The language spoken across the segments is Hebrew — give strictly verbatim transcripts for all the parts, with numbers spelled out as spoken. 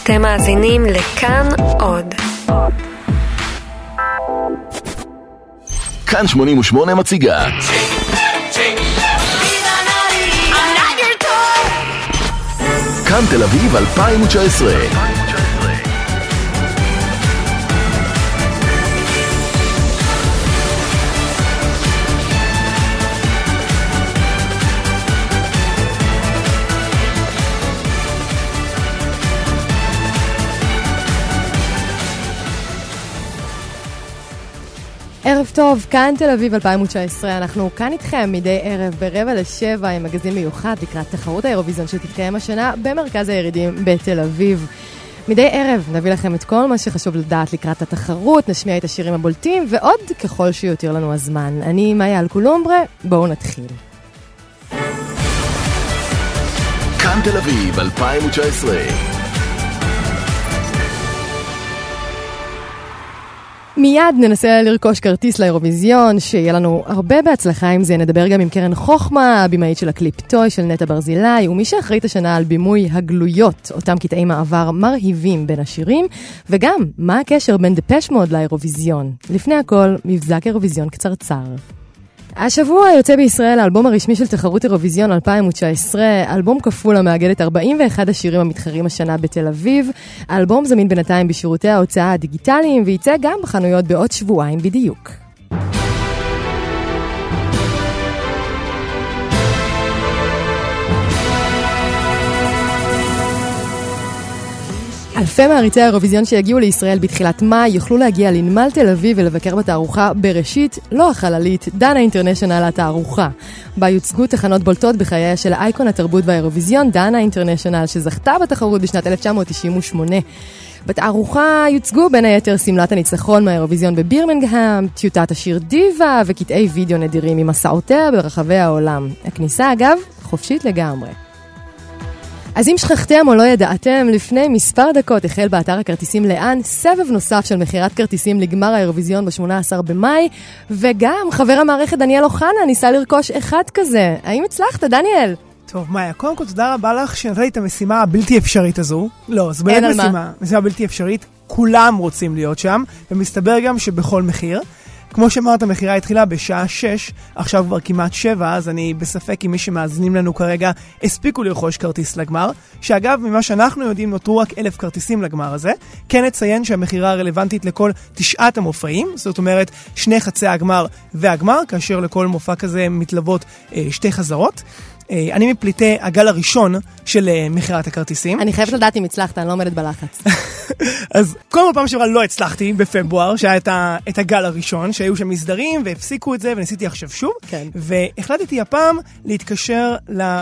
אתם מאזינים לכאן עוד. כאן שמונים ושמונה מציגה כאן תל אביב אלפיים תשע עשרה. ערב טוב, כאן תל אביב אלפיים תשע עשרה, אנחנו כאן איתכם מדי ערב ברבע לשבע עם מגזין מיוחד לקראת תחרות האירוויזיון שתתקיים השנה במרכז הירידים בתל אביב. מדי ערב נביא לכם את כל מה שחשוב לדעת לקראת התחרות, נשמיע את השירים הבולטים ועוד ככל שיותר לנו הזמן. אני מאיה אלקולומברה, בואו נתחיל. כאן תל אביב אלפיים תשע עשרה. מיד ננסה לרכוש כרטיס לאירוויזיון, שיהיה לנו הרבה בהצלחה עם זה. נדבר גם עם קרן חוכמה, הבימאית של הקליפ טוי של נטע ברזילי, ומי שאחראית השנה על בימוי הגלויות, אותם קטעי מעבר מרהיבים בין השירים, וגם מה הקשר בין דפש מוד לאירוויזיון. לפני הכל, מבזק אירוויזיון קצרצר. השבוע יוצא בישראל האלבום הרשמי של תחרות אירוויזיון אלפיים תשע עשרה, אלבום כפול המאגד את ארבעים ואחד השירים המתחרים השנה בתל אביב. האלבום זמין בינתיים בשירותי ההוצאה הדיגיטליים וייצא גם בחנויות בעוד שבועיים בדיוק. אלפי מעריצי האירוויזיון שיגיעו לישראל בתחילת מאי יוכלו להגיע לנמל תל אביב ולבקר בתערוכה בראשית, לא החללית, דנה אינטרנשיונל התערוכה. בה יוצגו תחנות בולטות בחייה של אייקון התרבות והאירוויזיון, דנה אינטרנשיונל, שזכתה בתחרות בשנת אלף תשע מאות תשעים ושמונה. בתערוכה יוצגו בין היתר סמלת הניצחון מהאירוויזיון בבירמינגהאם, טיוטת השיר דיבה וקטעי וידאו נדירים ממסעותיה ברחבי העולם. הכניסה אגב חופשית לגמרי. אז אם שכחתם או לא ידעתם, לפני מספר דקות החל באתר הכרטיסים לאן סבב נוסף של מחירת כרטיסים לגמר האירוויזיון ב-שמונה עשר במאי, וגם חבר המערכת דניאל אוחנה ניסה לרכוש אחד כזה. האם הצלחת, דניאל? טוב, מאיה, קודם כל תודה רבה לך שנתת את המשימה הבלתי אפשרית הזו. לא, זו באמת משימה, משימה בלתי אפשרית. כולם רוצים להיות שם, ומסתבר גם שבכל מחיר. כמו שאמרת, המחירה התחילה בשעה שש, עכשיו כבר כמעט שבע, אז אני בספק אם מי שמאזינים לנו כרגע הספיקו לרכוש כרטיס לגמר, שאגב, ממה שאנחנו יודעים, נותרו רק אלף כרטיסים לגמר הזה. כן נציין שהמחירה רלוונטית לכל תשעת המופעים, זאת אומרת, שני חצי הגמר והגמר, כאשר לכל מופע כזה מתלוות אה, שתי חזרות. אני מפליטי הגל הראשון של מחירת הכרטיסים. אני חייבת לדעת אם הצלחת, אני לא עומדת בלחץ. אז כל פעם שעברה לא הצלחתי בפברואר, שהיה את הגל הראשון, שהיו שם מסדרים והפסיקו את זה, וניסיתי עכשיו שוב. והחלטתי הפעם להתקשר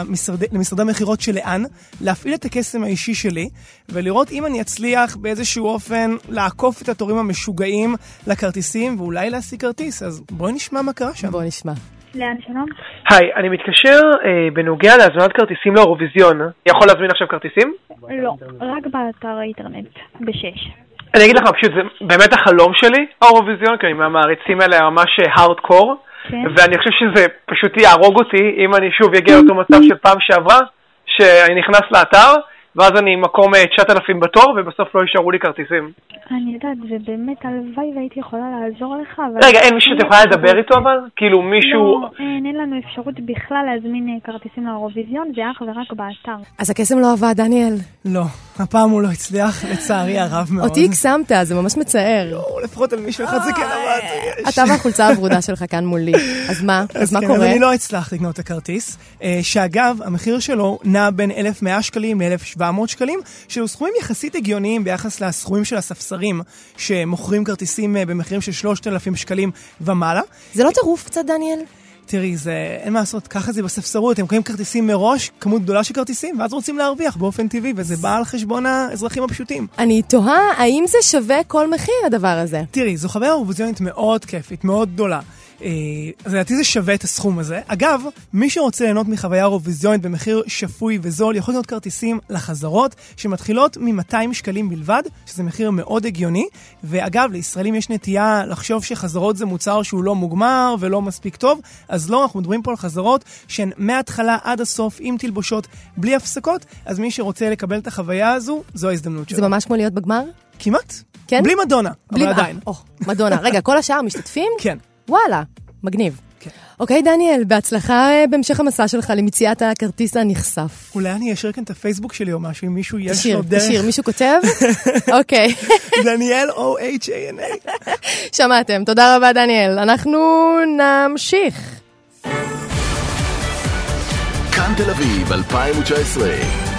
למשרדי מחירות שלאן, להפעיל את הקסם האישי שלי, ולראות אם אני אצליח באיזשהו אופן לעקוף את התורים המשוגעים לכרטיסים, ואולי להשיג כרטיס. אז בואי נשמע מה קרה שם. בואי נשמע. לאן שלום? היי, אני מתקשר אה, בנוגע להזמנת כרטיסים לאירוויזיון. יכול להזמין עכשיו כרטיסים? לא, רק באתר האינטרנט, בשש. אני אגיד לך, פשוט זה באמת החלום שלי, האירוויזיון, כי אני מהמעריצים האלה ממש הארדקור, כן. ואני חושב שזה פשוט יהרוג אותי אם אני שוב יגיע לאותו מצב של פעם שעברה, שאני נכנס לאתר, ואז אני מקום תשעת אלפים בתור, ובסוף לא יישארו לי כרטיסים. אני יודעת, ובאמת הלוואי והייתי יכולה לעזור לך. אבל... רגע, אין מישהו שתוכל לדבר איתו אבל? כאילו מישהו... לא, אין, אין לנו אפשרות בכלל להזמין כרטיסים לאירוויזיון, זה אך ורק באתר. אז הקסם לא עבד, דניאל? לא, הפעם הוא לא הצליח, לצערי הרב מאוד. אותי הקסמת, זה ממש מצער. לא, לפחות על מישהו אחד זה כן עבד. אתה והחולצה הוורודה שלך כאן מולי. אז מה? אז מה קורה? אז אני לא הצלחתי לקנות את הכרטיס, שאגב, המחיר שלו נע בין אלף ומאה שקלים ל-אלף ושבע מאות שקלים, שאלו סכומים יחסית הגיוניים ביחס לסכומים של הספסרים, שמוכרים כרטיסים במחירים של שלושת אלפים שקלים ומעלה. זה לא טירוף קצת, דניאל? תראי, זה, אין מה לעשות, ככה זה בספסרות, הם קוראים כרטיסים מראש, כמות גדולה של כרטיסים, ואז רוצים להרוויח באופן טבעי, וזה בא על חשבון האזרחים הפשוטים. אני תוהה, האם זה שווה כל מחיר הדבר הזה? תראי, זו חוויה אירוויזיונית מאוד כיפית, מאוד גדולה. אז לדעתי זה שווה את הסכום הזה. אגב, מי שרוצה ליהנות מחוויה אירוויזיונית במחיר שפוי וזול, יכול לקנות כרטיסים לחזרות שמתחילות מ-מאתיים שקלים בלבד, שזה מחיר מאוד הגיוני. ואגב, לישראלים יש נטייה לחשוב שחזרות זה מוצר שהוא לא מוגמר ולא מספיק טוב, אז לא, אנחנו מדברים פה על חזרות שהן מההתחלה עד הסוף עם תלבושות בלי הפסקות, אז מי שרוצה לקבל את החוויה הזו, זו ההזדמנות שלו. זה ממש כמו להיות בגמר? כמעט. כן? בלי מדונה, בלי... אבל עדיין. או, מדונה. רגע, כל השאר משתתפים? כן. וואלה, מגניב. כן. אוקיי, דניאל, בהצלחה בהמשך המסע שלך למציאת הכרטיס הנכסף. אולי אני אשאיר כאן את הפייסבוק שלי או משהו, אם מישהו יש תשיר, לו דרך. תשיר, מישהו כותב? אוקיי. דניאל, O-H-A-N-A. שמעתם, תודה רבה דניאל. אנחנו נמשיך. כאן תל אביב, אלפיים תשע עשרה.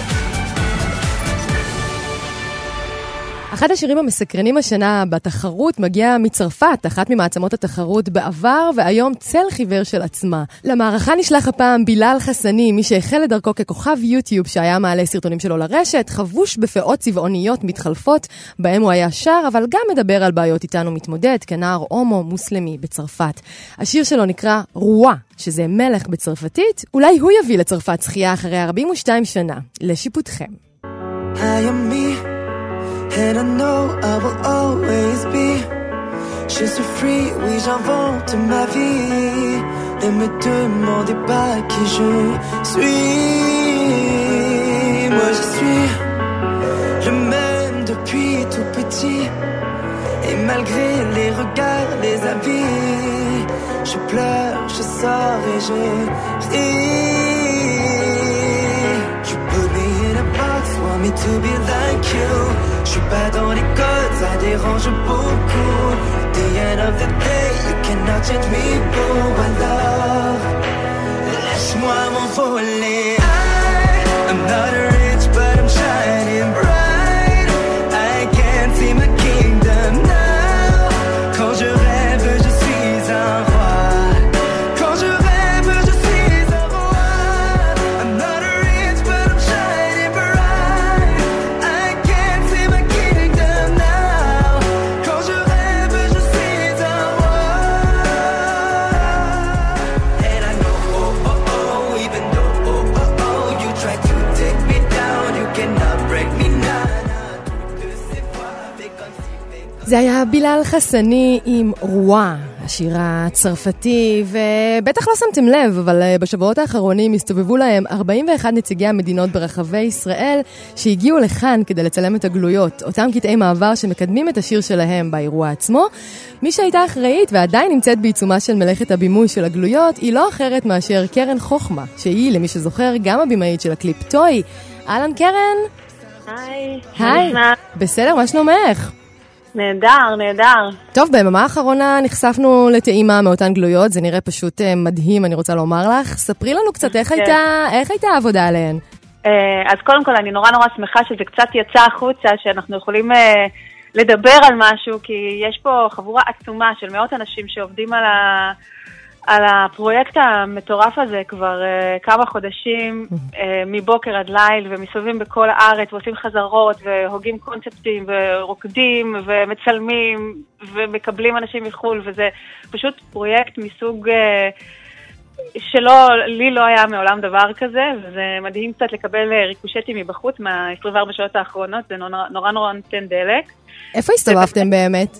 אחד השירים המסקרנים השנה בתחרות מגיע מצרפת, אחת ממעצמות התחרות בעבר, והיום צל חיוור של עצמה. למערכה נשלח הפעם בילאל חסני, מי שהחל לדרכו ככוכב יוטיוב שהיה מעלה סרטונים שלו לרשת, חבוש בפאות צבעוניות מתחלפות, בהם הוא היה שר, אבל גם מדבר על בעיות איתנו מתמודד, כנער הומו מוסלמי בצרפת. השיר שלו נקרא רואה, שזה מלך בצרפתית, אולי הוא יביא לצרפת זכייה אחרי ארבעים ושתיים שנה. לשיפוטכם. I am me. And I know I will always be. Je suis free, oui j'invente ma vie. Ne me demandez pas qui je suis. Moi je suis le même depuis tout petit. Et malgré les regards, les avis, je pleure, je sors et je ris. You put me in a box, want me to be like you. Je suis pas dans les codes, ça dérange beaucoup. At the end of the day, you cannot change me, boo. Alors, laisse-moi m'envoler. I'm not rich, but I'm shining bright. I can't see my kingdom now. Quand je rêve, je suis un roi. Quand je rêve, je suis un roi. I'm not rich, but I'm shining bright. I can't see my kingdom now. Quand je rêve, je suis un roi. And I know, oh, oh, oh, even though, oh, oh, oh, you try to take me down, you cannot break me now. זה היה בילאל חסני עם רואה, השיר הצרפתי, ובטח לא שמתם לב, אבל בשבועות האחרונים הסתובבו להם ארבעים ואחת נציגי המדינות ברחבי ישראל שהגיעו לכאן כדי לצלם את הגלויות, אותם קטעי מעבר שמקדמים את השיר שלהם באירוע עצמו. מי שהייתה אחראית ועדיין נמצאת בעיצומה של מלאכת הבימוי של הגלויות היא לא אחרת מאשר קרן חוכמה, שהיא, למי שזוכר, גם הבימאית של הקליפ טוי. אהלן קרן. היי. היי. בסדר, מה שלומך? נהדר, נהדר. טוב, ביממה האחרונה נחשפנו לטעימה מאותן גלויות, זה נראה פשוט מדהים, אני רוצה לומר לך. ספרי לנו קצת איך הייתה, איך הייתה העבודה עליהן. אז קודם כל, אני נורא נורא שמחה שזה קצת יצא החוצה, שאנחנו יכולים לדבר על משהו, כי יש פה חבורה עצומה של מאות אנשים שעובדים על ה... על הפרויקט המטורף הזה כבר uh, כמה חודשים, uh, מבוקר עד ליל, ומסתובבים בכל הארץ, ועושים חזרות, והוגים קונספטים, ורוקדים, ומצלמים, ומקבלים אנשים מחול, וזה פשוט פרויקט מסוג uh, שלא, לי לא היה מעולם דבר כזה, וזה מדהים קצת לקבל ריקושטים מבחוץ מה-עשרים וארבע שעות האחרונות, זה נורא נורא, נורא נותן דלק. איפה הסתובבתם באמת?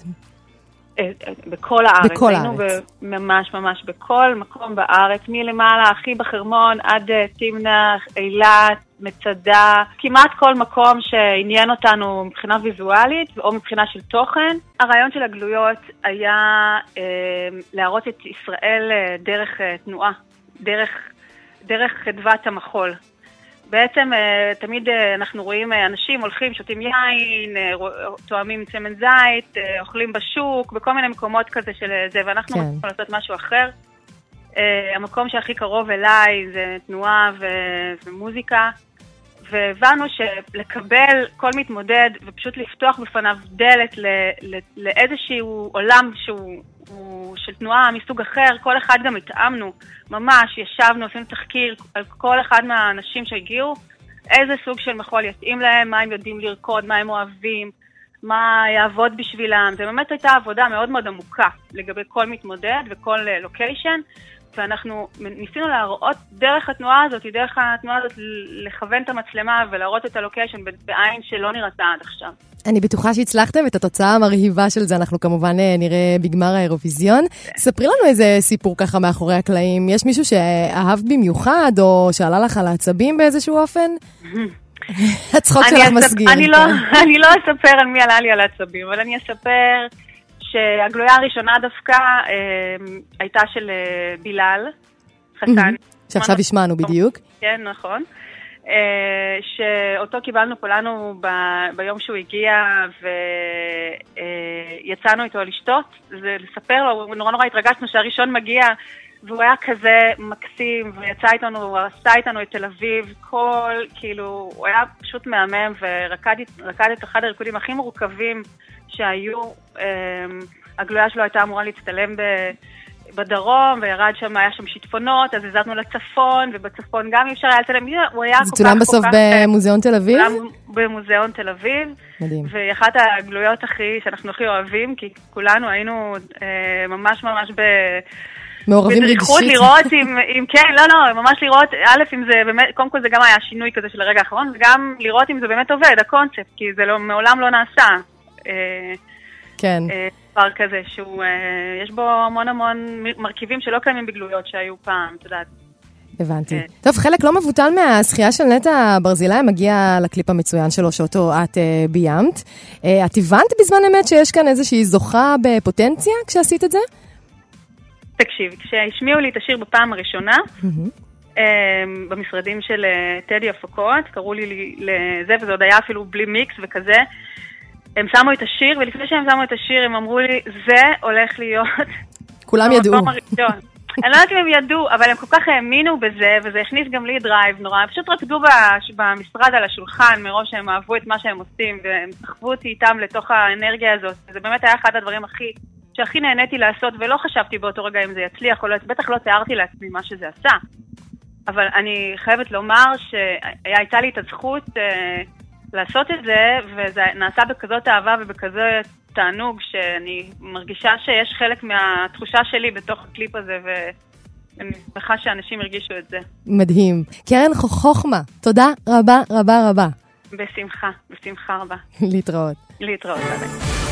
בכל הארץ, בכל היינו הארץ. ממש ממש בכל מקום בארץ, מלמעלה, הכי בחרמון, עד תמנה, אילת, מצדה, כמעט כל מקום שעניין אותנו מבחינה ויזואלית או מבחינה של תוכן. הרעיון של הגלויות היה אה, להראות את ישראל אה, דרך אה, תנועה, דרך, דרך חדוות המחול. בעצם תמיד אנחנו רואים אנשים הולכים, שותים יין, תואמים צמן זית, אוכלים בשוק, בכל מיני מקומות כזה של זה, ואנחנו כן. רוצים לעשות משהו אחר. המקום שהכי קרוב אליי זה תנועה ו- ומוזיקה, והבנו שלקבל כל מתמודד ופשוט לפתוח בפניו דלת ל- ל- לאיזשהו עולם שהוא הוא של תנועה מסוג אחר, כל אחד גם התאמנו, ממש ישבנו, עשינו תחקיר על כל אחד מהאנשים שהגיעו, איזה סוג של מחול יתאים להם, מה הם יודעים לרקוד, מה הם אוהבים, מה יעבוד בשבילם. זה באמת הייתה עבודה מאוד מאוד עמוקה לגבי כל מתמודד וכל לוקיישן, ואנחנו ניסינו להראות דרך התנועה הזאת, דרך התנועה הזאת לכוון את המצלמה ולהראות את הלוקיישן בעין שלא נראתה עד עכשיו. אני בטוחה שהצלחתם, את התוצאה המרהיבה של זה אנחנו כמובן נראה בגמר האירוויזיון. ספרי לנו איזה סיפור ככה מאחורי הקלעים. יש מישהו שאהבת במיוחד או שעלה לך על העצבים באיזשהו אופן? הצחוק שלך מסגיר. אני לא אספר על מי עלה לי על העצבים, אבל אני אספר שהגלויה הראשונה דווקא הייתה של בילאל, חסן. שעכשיו השמענו בדיוק. כן, נכון. שאותו קיבלנו פה לנו ביום שהוא הגיע ויצאנו איתו לשתות, זה לספר לו, נורא נורא התרגשנו שהראשון מגיע והוא היה כזה מקסים ויצא איתנו, הוא עשה איתנו את תל אביב, כל, כאילו, הוא היה פשוט מהמם ורקד את אחד הריקודים הכי מורכבים שהיו. הגלויה שלו הייתה אמורה להצטלם ב... בדרום, וירד שם, היה שם שיטפונות, אז הזזנו לצפון, ובצפון גם אי אפשר היה לצלם. הוא היה זה צולם בסוף במוזיאון תל אביב? צולם במוזיאון תל אביב. מדהים. והיא אחת הגלויות הכי, שאנחנו הכי אוהבים, כי כולנו היינו אה, ממש ממש ב... מעורבים רגשית. בדריכות לראות אם, אם כן, לא, לא, ממש לראות, א', אם זה באמת, קודם כל זה גם היה שינוי כזה של הרגע האחרון, וגם לראות אם זה באמת עובד, הקונספט, כי זה לא, מעולם לא נעשה. אה, כן. דבר כזה, שהוא, יש בו המון המון מרכיבים שלא קיימים בגלויות שהיו פעם, את יודעת. הבנתי. טוב, חלק לא מבוטל מהזכייה של נטע ברזילי מגיע לקליפ המצוין שלו, שאותו את ביימת. את הבנת בזמן אמת שיש כאן איזושהי זוכה בפוטנציה כשעשית את זה? תקשיב, כשהשמיעו לי את השיר בפעם הראשונה, במשרדים של טדי הפקות, קראו לי לזה, וזה עוד היה אפילו בלי מיקס וכזה, הם שמו את השיר, ולפני שהם שמו את השיר, הם אמרו לי, זה הולך להיות... כולם ידעו. אני לא יודעת אם הם ידעו, אבל הם כל כך האמינו בזה, וזה הכניס גם לי דרייב נורא. הם פשוט רקדו במשרד על השולחן, מרוב שהם אהבו את מה שהם עושים, והם סחבו אותי איתם לתוך האנרגיה הזאת. זה באמת היה אחד הדברים הכי, שהכי נהניתי לעשות, ולא חשבתי באותו רגע אם זה יצליח, או לא, בטח לא תיארתי לעצמי מה שזה עשה. אבל אני חייבת לומר שהייתה לי את הזכות... לעשות את זה, וזה נעשה בכזאת אהבה ובכזה תענוג, שאני מרגישה שיש חלק מהתחושה שלי בתוך הקליפ הזה, ואני שמחה שאנשים הרגישו את זה. מדהים. קרן חוכמה, תודה רבה רבה רבה. בשמחה, בשמחה רבה. להתראות. להתראות, עליי.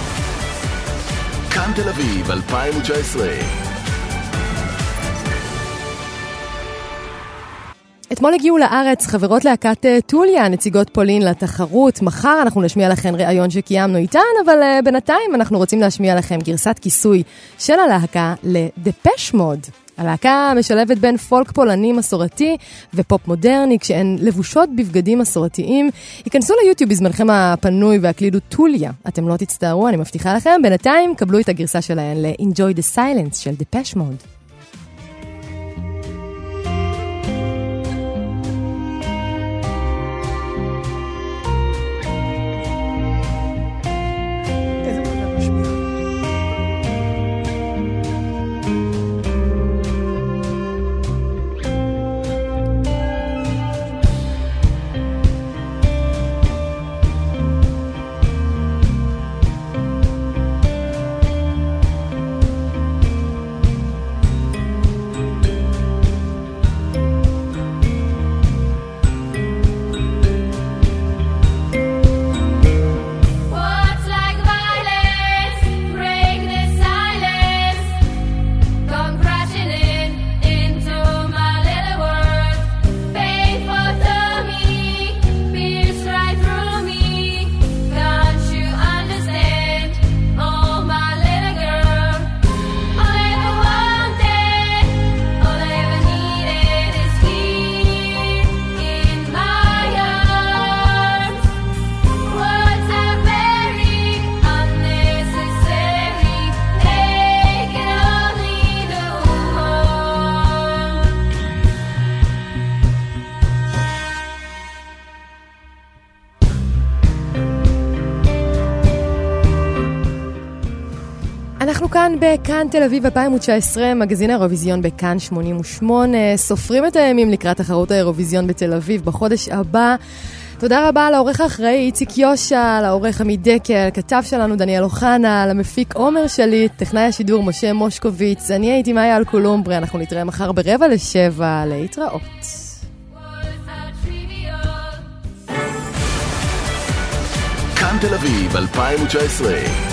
כאן תל אביב, אלפיים תשע עשרה. אתמול הגיעו לארץ חברות להקת טוליה, נציגות פולין לתחרות. מחר אנחנו נשמיע לכם ראיון שקיימנו איתן, אבל uh, בינתיים אנחנו רוצים להשמיע לכם גרסת כיסוי של הלהקה לדפש מוד. הלהקה משלבת בין פולק פולני מסורתי ופופ מודרני, כשהן לבושות בבגדים מסורתיים. ייכנסו ליוטיוב בזמנכם הפנוי והקלידו טוליה. אתם לא תצטערו, אני מבטיחה לכם. בינתיים קבלו את הגרסה שלהן ל-Enjoy the Silence של דפש מוד. אנחנו כאן בכאן תל אביב אלפיים תשע עשרה, מגזין האירוויזיון בכאן שמונים ושמונה, סופרים את הימים לקראת תחרות האירוויזיון בתל אביב בחודש הבא, תודה רבה לעורך האחראי איציק יושע, לעורך עמית דקל, כתב שלנו דניאל אוחנה, למפיק עומר שליט, טכנאי השידור משה מושקוביץ, אני הייתי מאיה אלקולומברי, אנחנו נתראה מחר ברבע לשבע, להתראות. כאן תל אביב אלפיים תשע עשרה